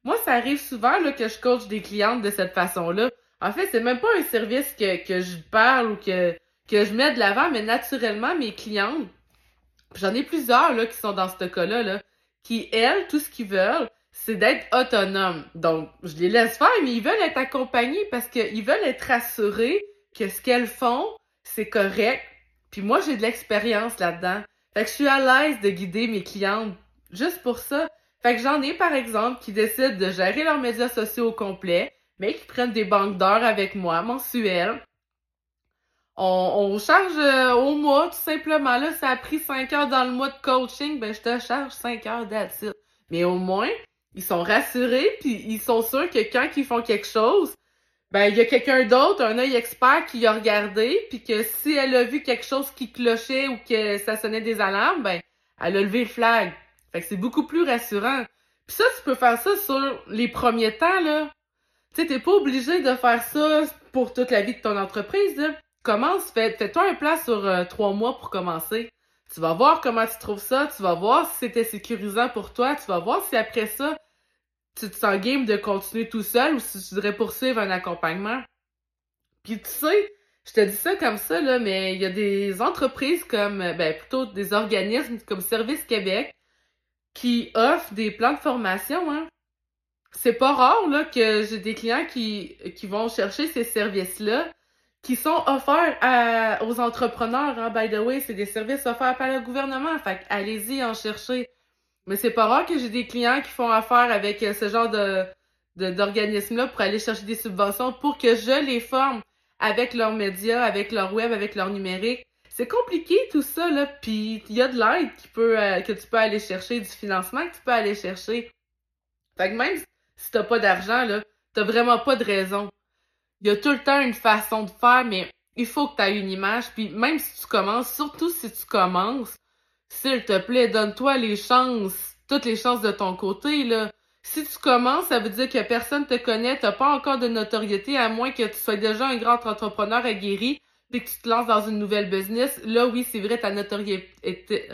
Speaker 1: moi, ça arrive souvent là, que je coach des clientes de cette façon-là. En fait, c'est même pas un service que, que je parle ou que, que je mets de l'avant, mais naturellement, mes clientes, j'en ai plusieurs là, qui sont dans ce cas-là, là, qui, elles, tout ce qu'ils veulent, c'est d'être autonomes. Donc, je les laisse faire, mais ils veulent être accompagnés parce qu'ils veulent être rassurés que ce qu'elles font, c'est correct. Puis moi, j'ai de l'expérience là-dedans. Fait que je suis à l'aise de guider mes clientes juste pour ça. Fait que j'en ai, par exemple, qui décident de gérer leurs médias sociaux au complet, mais qui prennent des banques d'heures avec moi, mensuelles. On, on charge euh, au mois, tout simplement. Là, ça a pris cinq heures dans le mois de coaching, ben je te charge cinq heures that's it. Mais au moins, ils sont rassurés, puis ils sont sûrs que quand ils font quelque chose, ben il y a quelqu'un d'autre, un œil expert qui a regardé, puis que si elle a vu quelque chose qui clochait ou que ça sonnait des alarmes, ben elle a levé le flag. Fait que c'est beaucoup plus rassurant. Puis ça, tu peux faire ça sur les premiers temps, là. Tu sais, t'es pas obligé de faire ça pour toute la vie de ton entreprise, là. Commence, fais, fais-toi un plan sur euh, trois mois pour commencer. Tu vas voir comment tu trouves ça, tu vas voir si c'était sécurisant pour toi, tu vas voir si après ça, tu te sens game de continuer tout seul ou si tu devrais poursuivre un accompagnement. Puis tu sais, je te dis ça comme ça, là, mais il y a des entreprises comme, ben plutôt des organismes comme Service Québec qui offrent des plans de formation, hein. C'est pas rare, là, que j'ai des clients qui, qui vont chercher ces services-là qui sont offerts à, aux entrepreneurs, hein, by the way, c'est des services offerts par le gouvernement, fait allez-y en chercher. Mais c'est pas rare que j'ai des clients qui font affaire avec ce genre de, de d'organismes-là pour aller chercher des subventions pour que je les forme avec leurs médias, avec leur web, avec leur numérique. C'est compliqué tout ça, là, pis il y a de l'aide qui peut, euh, que tu peux aller chercher, du financement que tu peux aller chercher. Fait que même si t'as pas d'argent, là, t'as vraiment pas de raison. Il y a tout le temps une façon de faire, mais il faut que tu aies une image. Puis même si tu commences, surtout si tu commences, s'il te plaît, donne-toi les chances, toutes les chances de ton côté, là. Si tu commences, ça veut dire que personne te connaît, t'as pas encore de notoriété, à moins que tu sois déjà un grand entrepreneur aguerri, puis que tu te lances dans une nouvelle business. Là, oui, c'est vrai, ta notoriété...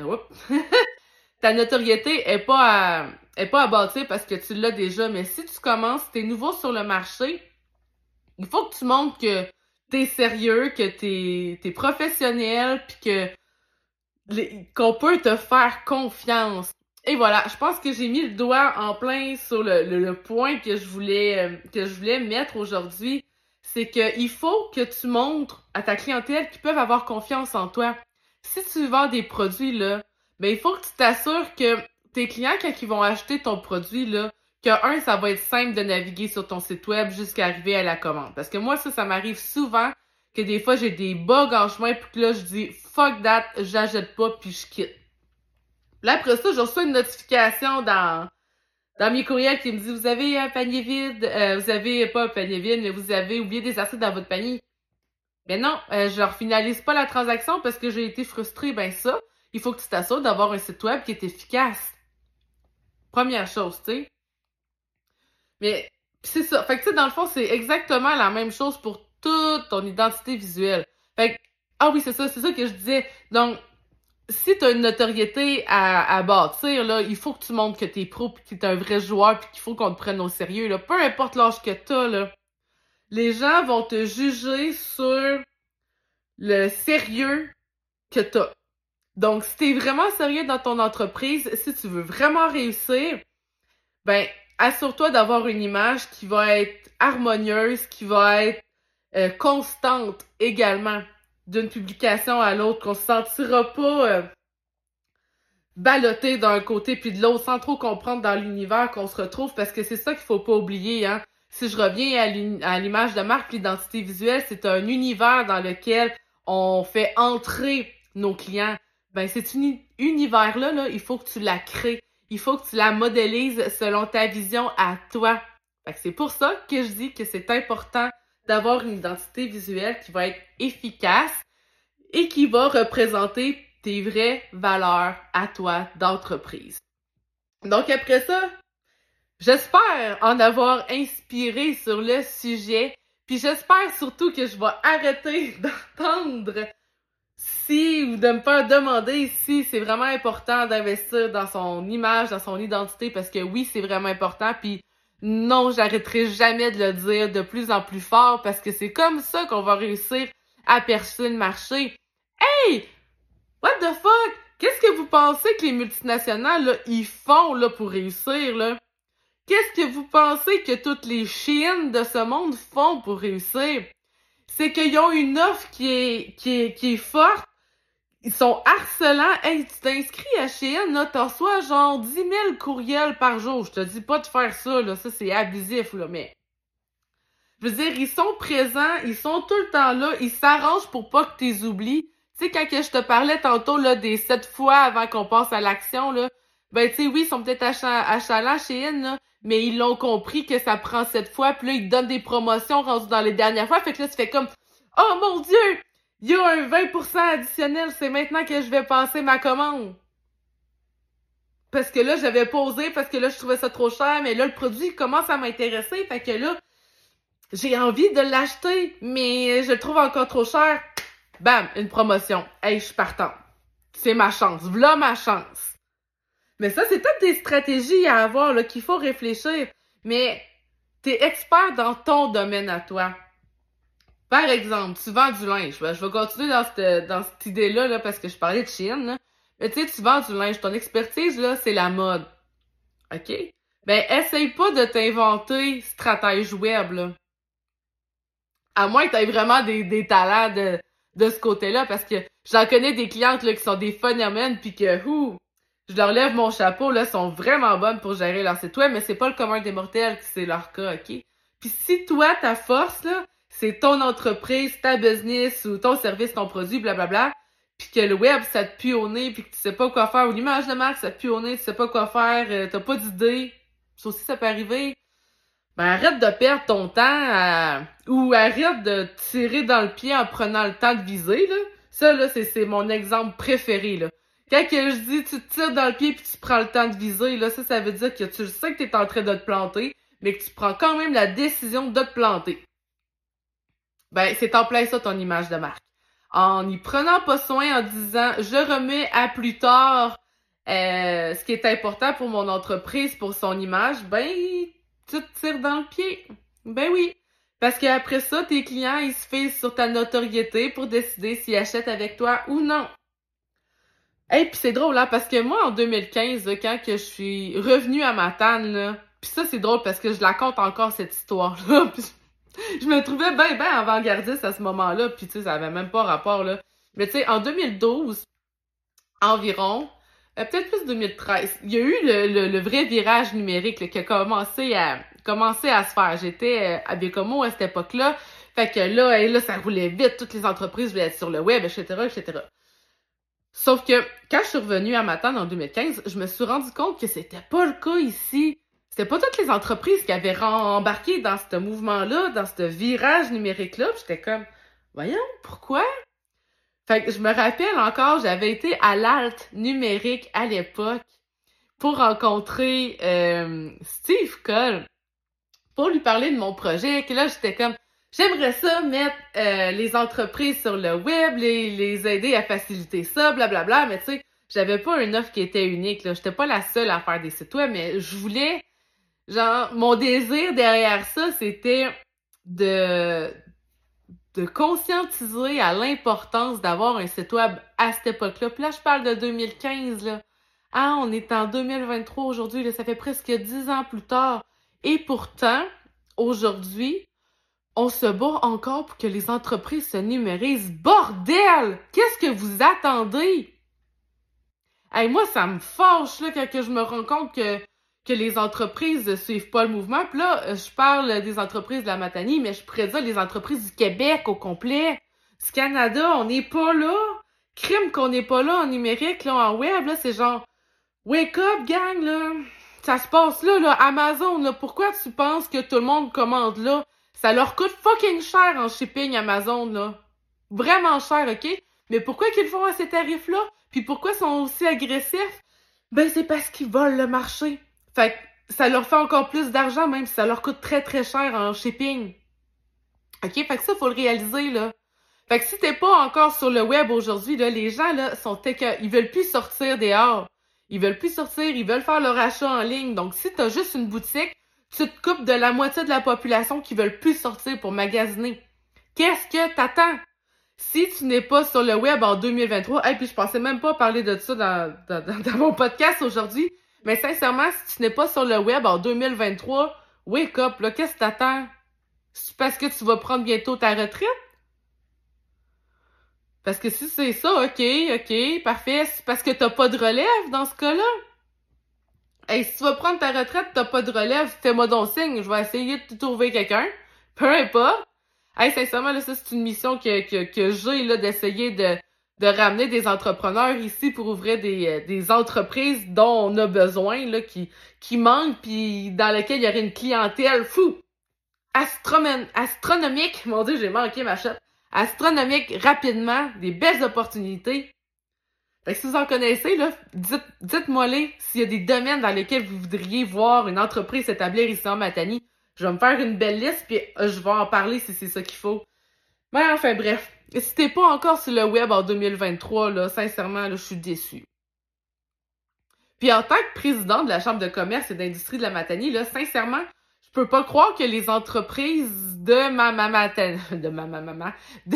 Speaker 1: ta notoriété est pas à, est pas à bâtir parce que tu l'as déjà. Mais si tu commences, t'es nouveau sur le marché, il faut que tu montres que t'es sérieux, que t'es, t'es professionnel, puis que les, qu'on peut te faire confiance. Et voilà, je pense que j'ai mis le doigt en plein sur le, le, le point que je voulais euh, que je voulais mettre aujourd'hui. C'est que il faut que tu montres à ta clientèle qu'ils peuvent avoir confiance en toi. Si tu vends des produits, là, ben il faut que tu t'assures que tes clients, quand ils vont acheter ton produit, là, que un, ça va être simple de naviguer sur ton site web jusqu'à arriver à la commande. Parce que moi, ça, ça m'arrive souvent que des fois, j'ai des bugs en chemin, puis que là, je dis « fuck that, j'achète pas, puis je quitte ». Là, après ça, je reçois une notification dans, dans mes courriels qui me dit « Vous avez un panier vide, euh, vous avez pas un panier vide, mais vous avez oublié des articles dans votre panier. » Mais non, euh, je refinalise pas la transaction parce que j'ai été frustrée. Ben ça, il faut que tu t'assures d'avoir un site web qui est efficace. Première chose, tu sais. Mais c'est ça. Fait que tu sais, dans le fond, c'est exactement la même chose pour toute ton identité visuelle. Fait que, ah oui, c'est ça, c'est ça que je disais. Donc, si tu as une notoriété à, à bâtir, là, il faut que tu montres que t'es pro pis que t'es un vrai joueur pis qu'il faut qu'on te prenne au sérieux, là. Peu importe l'âge que t'as, là. Les gens vont te juger sur le sérieux que t'as. Donc, si t'es vraiment sérieux dans ton entreprise, si tu veux vraiment réussir, ben, assure-toi d'avoir une image qui va être harmonieuse, qui va être euh, constante également d'une publication à l'autre, qu'on se sentira pas euh, ballotté d'un côté puis de l'autre sans trop comprendre dans l'univers qu'on se retrouve, parce que c'est ça qu'il faut pas oublier, hein. Si je reviens à l'image de marque, l'identité visuelle, c'est un univers dans lequel on fait entrer nos clients. Ben, cet uni univers-là, là, il faut que tu la crées. Il faut que tu la modélises selon ta vision à toi. Fait que c'est pour ça que je dis que c'est important d'avoir une identité visuelle qui va être efficace et qui va représenter tes vraies valeurs à toi d'entreprise. Donc après ça, j'espère en avoir inspiré sur le sujet, puis j'espère surtout que je vais arrêter d'entendre si ou de me faire demander si c'est vraiment important d'investir dans son image, dans son identité, parce que oui, c'est vraiment important, puis non, j'arrêterai jamais de le dire de plus en plus fort parce que c'est comme ça qu'on va réussir à percer le marché. Hey! What the fuck? Qu'est-ce que vous pensez que les multinationales, là, ils font, là, pour réussir, là? Qu'est-ce que vous pensez que toutes les Shein de ce monde font pour réussir? C'est qu'ils ont une offre qui est, qui est, qui est forte. Ils sont harcelants. Hey, tu t'inscris à Shein, là, t'en reçois genre dix mille courriels par jour. Je te dis pas de faire ça, là. Ça, c'est abusif, là, mais... Je veux dire, ils sont présents, ils sont tout le temps là, ils s'arrangent pour pas que tu les oublies. Tu sais, quand que je te parlais tantôt, là, des sept fois avant qu'on passe à l'action, là, ben, tu sais, oui, ils sont peut-être achalants chez Shein, là, mais ils l'ont compris que ça prend sept fois, puis là, ils te donnent des promotions rendues dans les dernières fois, fait que là, tu fais comme, oh mon Dieu, il y a un vingt pour cent additionnel, c'est maintenant que je vais passer ma commande. Parce que là, j'avais posé, parce que là, je trouvais ça trop cher, mais là, le produit commence à m'intéresser, fait que là, j'ai envie de l'acheter, mais je le trouve encore trop cher. Bam, une promotion. Hey, je suis partante. C'est ma chance. Voilà ma chance. Mais ça, c'est toutes des stratégies à avoir, là, qu'il faut réfléchir. Mais t'es expert dans ton domaine à toi. Par exemple, tu vends du linge. Ben, je vais continuer dans cette, dans cette idée-là, là, parce que je parlais de Chine, là. Mais tu sais, tu vends du linge. Ton expertise, là, c'est la mode. OK? Ben, essaye pas de t'inventer stratège web, là. À moins que tu aies vraiment des, des talents de, de ce côté-là, parce que j'en connais des clientes là, qui sont des phénomènes, puis que, ouh, je leur lève mon chapeau, là, sont vraiment bonnes pour gérer leur site web, mais c'est pas le commun des mortels que c'est leur cas, OK? Puis si toi, ta force, là, c'est ton entreprise, ta business, ou ton service, ton produit, blablabla, puis que le web, ça te pue au nez, puis que tu sais pas quoi faire, ou l'image de marque, ça te pue au nez, tu sais pas quoi faire, euh, t'as pas d'idée, ça aussi, ça peut arriver. Ben, arrête de perdre ton temps à... ou arrête de tirer dans le pied en prenant le temps de viser, là. Ça, là, c'est, c'est mon exemple préféré, là. Quand que je dis tu te tires dans le pied puis tu prends le temps de viser, là, ça, ça veut dire que tu le sais que t'es en train de te planter, mais que tu prends quand même la décision de te planter. Ben, c'est en plein ça ton image de marque. En y prenant pas soin, en disant je remets à plus tard euh, ce qui est important pour mon entreprise, pour son image, ben... tu te tires dans le pied. Ben oui. Parce qu'après ça, tes clients, ils se fient sur ta notoriété pour décider s'ils achètent avec toi ou non. Hey, puis c'est drôle, hein, parce que moi, en deux mille quinze, là, quand que je suis revenue à Matane, là, puis ça, c'est drôle parce que je la compte encore, cette histoire-là, puis je me trouvais ben, ben avant-gardiste à ce moment-là, puis tu sais, ça avait même pas rapport, là. Mais tu sais, en deux mille douze, environ, Euh, peut-être plus deux mille treize. Il y a eu le, le, le vrai virage numérique là, qui a commencé à commencé à se faire. J'étais euh, à Bécomo à cette époque-là. Fait que là, et là, ça roulait vite. Toutes les entreprises voulaient être sur le web, et cetera, et cetera. Sauf que quand je suis revenue à Matane en deux mille quinze, je me suis rendu compte que c'était pas le cas ici. C'était pas toutes les entreprises qui avaient embarqué dans ce mouvement-là, dans ce virage numérique-là. Puis j'étais comme, voyons, pourquoi? Fait que je me rappelle encore, j'avais été à l'Alt numérique à l'époque pour rencontrer euh, Steve Cole pour lui parler de mon projet. Et là, j'étais comme, j'aimerais ça mettre euh, les entreprises sur le web, les, les aider à faciliter ça, blablabla. Mais tu sais, j'avais pas une offre qui était unique, là. J'étais pas la seule à faire des sites web, mais je voulais, genre, mon désir derrière ça, c'était de... de conscientiser à l'importance d'avoir un site web à cette époque-là. Puis là, je parle de deux mille quinze, là. Ah, on est en deux mille vingt-trois aujourd'hui, là, ça fait presque dix ans plus tard. Et pourtant, aujourd'hui, on se bat encore pour que les entreprises se numérisent. Bordel! Qu'est-ce que vous attendez? Hey, moi, ça me fâche, là, quand que je me rends compte que que les entreprises suivent pas le mouvement. Puis là, je parle des entreprises de la Matanie, mais je pourrais dire les entreprises du Québec au complet, du Canada, on n'est pas là. Crime qu'on n'est pas là en numérique, là, en web, là, c'est genre, wake up, gang, là. Ça se passe là, là, Amazon, là. Pourquoi tu penses que tout le monde commande là? Ça leur coûte fucking cher en shipping, Amazon, là. Vraiment cher, OK? Mais pourquoi qu'ils le font à ces tarifs-là? Puis pourquoi ils sont aussi agressifs? Ben, c'est parce qu'ils volent le marché. Fait que ça leur fait encore plus d'argent, même si ça leur coûte très très cher en shipping. OK? Fait que ça, faut le réaliser, là. Fait que si t'es pas encore sur le web aujourd'hui, là, les gens, là, sont écoeurés. Ils veulent plus sortir dehors. Ils veulent plus sortir, ils veulent faire leur achat en ligne. Donc, si t'as juste une boutique, Tu te coupes de la moitié de la population qui veulent plus sortir pour magasiner. Qu'est-ce que t'attends? Si tu n'es pas sur le web en deux mille vingt-trois, et hey, puis je pensais même pas parler de ça dans, dans, dans mon podcast aujourd'hui, mais sincèrement, si tu n'es pas sur le web en deux mille vingt-trois, wake up, là, qu'est-ce que t'attends? C'est parce que tu vas prendre bientôt ta retraite? Parce que si c'est ça, ok, ok, parfait, c'est parce que t'as pas de relève dans ce cas-là. Hey, si tu vas prendre ta retraite, t'as pas de relève, fais-moi donc signe, je vais essayer de te trouver quelqu'un, peu importe. Hey, sincèrement, là, ça, c'est une mission que, que, que j'ai, là, d'essayer de, de ramener des entrepreneurs ici pour ouvrir des, des entreprises dont on a besoin, là, qui, qui manquent, puis dans lesquelles il y aurait une clientèle fou, astronom- astronomique, mon Dieu, j'ai manqué ma chatte, astronomique, rapidement, des belles opportunités. Fait que si vous en connaissez, là, dites, dites-moi les s'il y a des domaines dans lesquels vous voudriez voir une entreprise s'établir ici en Matanie. Je vais me faire une belle liste, puis euh, je vais en parler si c'est ça qu'il faut. Mais enfin, bref. Si t'es pas encore sur le web en deux mille vingt-trois, là, sincèrement, là, je suis déçue. Puis en tant que président de la Chambre de commerce et d'industrie de la Matanie, là, sincèrement, je peux pas croire que les entreprises de ma maman... De ma maman... De...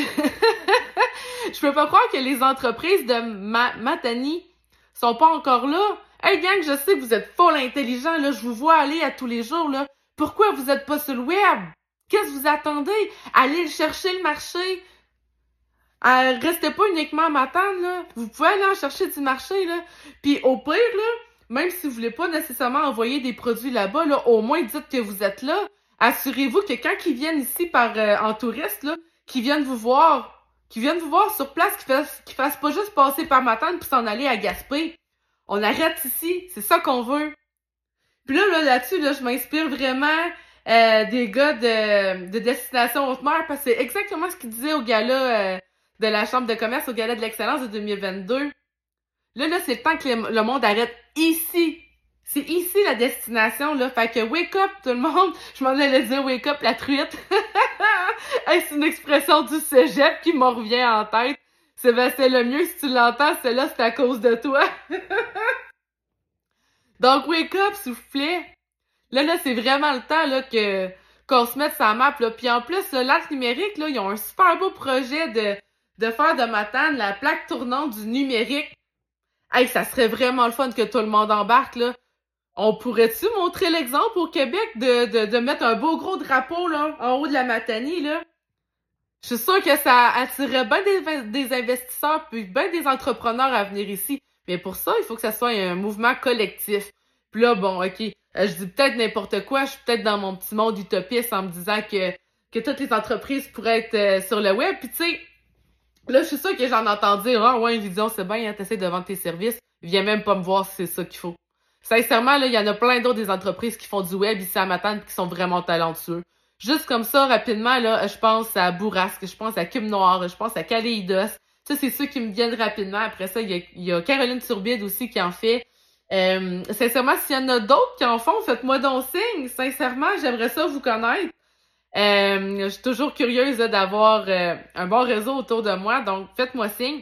Speaker 1: Je peux pas croire que les entreprises de ma Matanie sont pas encore là. Hey gang, je sais que vous êtes full intelligent, là, je vous vois aller à tous les jours, là. Pourquoi vous êtes pas sur le web? Qu'est-ce que vous attendez? Allez chercher le marché. Euh, restez pas uniquement à m'attendre, là. Vous pouvez aller en chercher du marché, là. Puis au pire, là, même si vous voulez pas nécessairement envoyer des produits là-bas, là, au moins dites que vous êtes là. Assurez-vous que quand ils viennent ici par euh, en touriste, là, qu'ils viennent vous voir, qu'ils viennent vous voir sur place, qu'ils fassent, qu'ils fassent pas juste passer par ma tente puis s'en aller à Gaspé. On arrête ici, c'est ça qu'on veut. Puis là, là, là-dessus, là, je m'inspire vraiment euh, des gars de, de Destination Haute-Mer, parce que c'est exactement ce qu'ils disaient au gala euh, de la Chambre de commerce, au gala de l'excellence de deux mille vingt-deux. Là, là, c'est le temps que le, le monde arrête ici. C'est ici la destination, là. Fait que wake up, tout le monde. Je m'en allais dire wake up, la truite. Hey, c'est une expression du cégep qui m'en revient en tête. Sébastien Lemieux, si tu l'entends, celle-là, c'est à cause de toi. Donc, wake up, s'il vous plaît. Là, là, c'est vraiment le temps, là, que, qu'on se mette sa map, là. Puis en plus, là, l'Art numérique, là, ils ont un super beau projet de, de faire de Matane la plaque tournante du numérique. Hey, ça serait vraiment le fun que tout le monde embarque, là. On pourrait-tu montrer l'exemple au Québec de, de, de mettre un beau gros drapeau, là, en haut de la Matanie, là? Je suis sûre que ça attirerait bien des, des investisseurs puis bien des entrepreneurs à venir ici. Mais pour ça, il faut que ça soit un mouvement collectif. Puis là, bon, ok, euh, je dis peut-être n'importe quoi, je suis peut-être dans mon petit monde utopiste en me disant que, que toutes les entreprises pourraient être euh, sur le web. Puis tu sais, là, je suis sûre que j'en entends dire, ah ouais, Vision, c'est bien, hein, t'essaies de vendre tes services, viens même pas me voir si c'est ça qu'il faut. Sincèrement, là, il y en a plein d'autres des entreprises qui font du web ici à Matane qui sont vraiment talentueux. Juste comme ça, rapidement, là, je pense à Bourrasque, je pense à Cube Noir, je pense à Caléidos. Ça, c'est ceux qui me viennent rapidement. Après ça, il y a, il y a Caroline Turbide aussi qui en fait. Euh, sincèrement, s'il y en a d'autres qui en font, faites-moi donc signe. Sincèrement, j'aimerais ça vous connaître. Euh, je suis toujours curieuse là, d'avoir euh, un bon réseau autour de moi, donc faites-moi signe.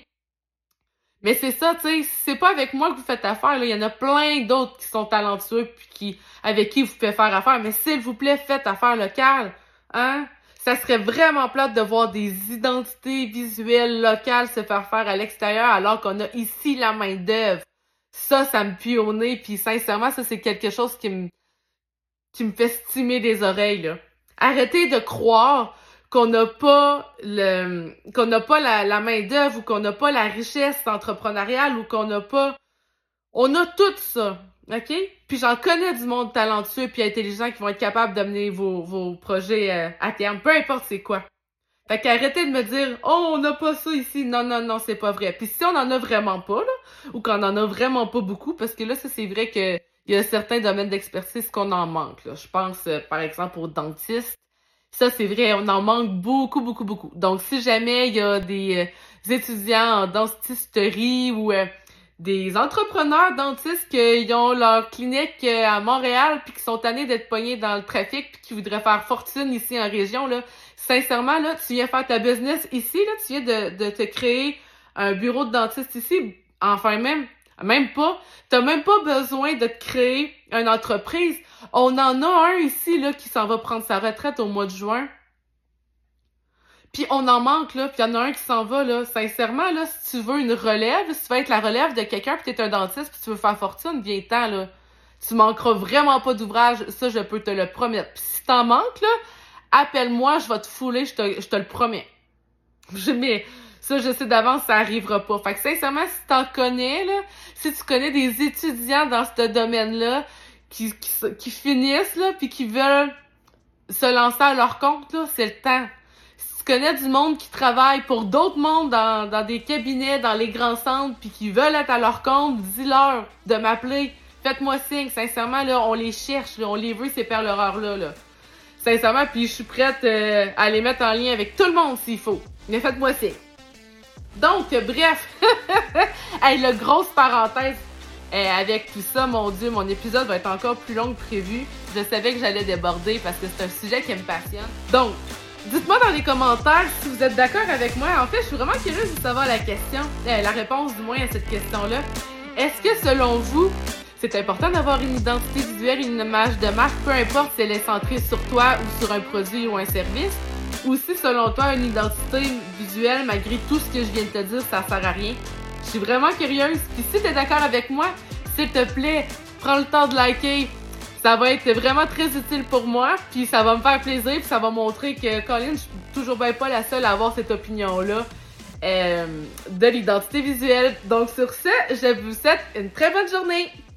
Speaker 1: Mais c'est ça, tu sais, c'est pas avec moi que vous faites affaire, là. Il y en a plein d'autres qui sont talentueux puis qui, avec qui vous pouvez faire affaire. Mais s'il vous plaît, faites affaire locale, hein? Ça serait vraiment plate de voir des identités visuelles locales se faire faire à l'extérieur alors qu'on a ici la main-d'œuvre. Ça, ça me pue au nez, puis sincèrement, ça, c'est quelque chose qui me, qui me fait stimer des oreilles, là. Arrêtez de croire qu'on n'a pas le qu'on n'a pas la, la main-d'œuvre ou qu'on n'a pas la richesse entrepreneuriale ou qu'on n'a pas. On a tout ça, OK? Puis j'en connais du monde talentueux puis intelligent qui vont être capables d'amener vos, vos projets euh, à terme, peu importe c'est quoi. Fait qu'arrêtez de me dire oh on n'a pas ça ici. Non, non, non, c'est pas vrai. Puis si on en a vraiment pas, là, ou qu'on en a vraiment pas beaucoup, parce que là, ça c'est vrai que il y a certains domaines d'expertise qu'on en manque. Là. Je pense euh, par exemple aux dentistes. Ça, c'est vrai, on en manque beaucoup, beaucoup, beaucoup. Donc, si jamais il y a des, euh, étudiants en dentisterie ou euh, des entrepreneurs dentistes qui ont leur clinique euh, à Montréal puis qui sont tannés d'être pognés dans le trafic puis qui voudraient faire fortune ici en région, là, sincèrement, là, tu viens faire ta business ici, là, tu viens de, de te créer un bureau de dentiste ici, enfin même, même pas, t'as même pas besoin de te créer une entreprise. On en a un ici, là, qui s'en va prendre sa retraite au mois de juin. Puis on en manque, là, puis il y en a un qui s'en va, là. Sincèrement, là, si tu veux une relève, si tu veux être la relève de quelqu'un, puis t'es un dentiste, puis tu veux faire fortune, viens-t'en, là. Tu manqueras vraiment pas d'ouvrage, ça, je peux te le promettre. Puis si t'en manques, là, appelle-moi, je vais te fouler, je te, je te le promets. Je, mais ça, je sais d'avance, ça arrivera pas. Fait que sincèrement, si t'en connais, là, si tu connais des étudiants dans ce domaine-là, qui, qui, qui finissent, là, puis qui veulent se lancer à leur compte, là, c'est le temps. Si tu connais du monde qui travaille pour d'autres mondes dans, dans des cabinets, dans les grands centres, puis qui veulent être à leur compte, dis-leur de m'appeler. Faites-moi signe. Sincèrement, là, on les cherche, là, on les veut, ces perles rares-là, là. Sincèrement, puis je suis prête euh, à les mettre en lien avec tout le monde s'il faut. Mais faites-moi signe. Donc, bref, hey, la grosse parenthèse euh, avec tout ça, mon Dieu, mon épisode va être encore plus long que prévu. Je savais que j'allais déborder parce que c'est un sujet qui me passionne. Donc, dites-moi dans les commentaires si vous êtes d'accord avec moi. En fait, je suis vraiment curieuse de savoir la question, euh, la réponse du moins à cette question-là. Est-ce que selon vous, c'est important d'avoir une identité visuelle, une image de marque, peu importe si elle est centrée sur toi ou sur un produit ou un service? Ou si, selon toi, une identité visuelle, malgré tout ce que je viens de te dire, ça sert à rien? Je suis vraiment curieuse. Puis si t'es d'accord avec moi, s'il te plaît, prends le temps de liker. Ça va être vraiment très utile pour moi. Puis ça va me faire plaisir. Puis ça va montrer que, Colin, je suis toujours bien pas la seule à avoir cette opinion-là euh, de l'identité visuelle. Donc sur ce, je vous souhaite une très bonne journée.